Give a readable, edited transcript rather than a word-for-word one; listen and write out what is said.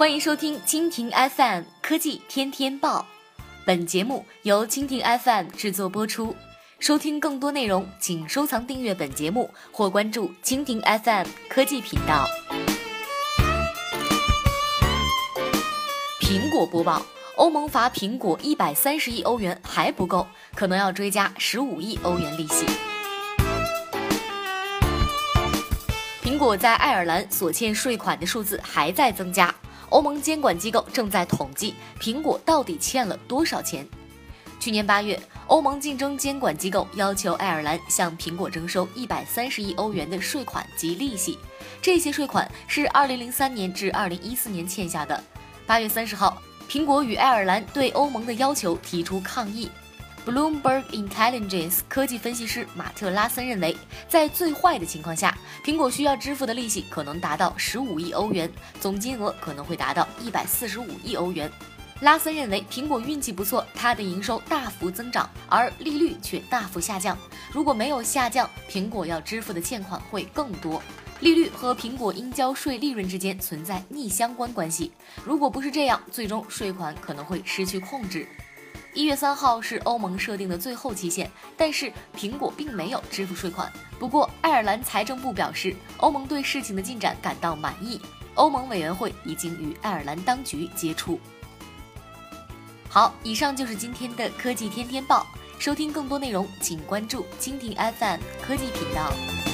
欢迎收听蜻蜓 FM 科技天天报，本节目由蜻蜓 FM 制作播出。收听更多内容，请收藏订阅本节目或关注蜻蜓 FM 科技频道。苹果播报：欧盟罚苹果130亿欧元还不够，可能要追加15亿欧元利息。苹果在爱尔兰所欠税款的数字还在增加，欧盟监管机构正在统计苹果到底欠了多少钱。去年8月，欧盟竞争监管机构要求爱尔兰向苹果征收130亿欧元的税款及利息，这些税款是2003年至2014年欠下的。8月30号，苹果与爱尔兰对欧盟的要求提出抗议。Bloomberg Intelligence 科技分析师马特拉森认为，在最坏的情况下，苹果需要支付的利息可能达到15亿欧元，总金额可能会达到145亿欧元。拉森认为，苹果运气不错，它的营收大幅增长，而利率却大幅下降。如果没有下降，苹果要支付的欠款会更多。利率和苹果应交税利润之间存在逆相关关系，如果不是这样，最终税款可能会失去控制。1月3号是欧盟设定的最后期限，但是苹果并没有支付税款。不过，爱尔兰财政部表示，欧盟对事情的进展感到满意，欧盟委员会已经与爱尔兰当局接触。好，以上就是今天的科技天天报，收听更多内容，请关注蜻蜓 FM 科技频道。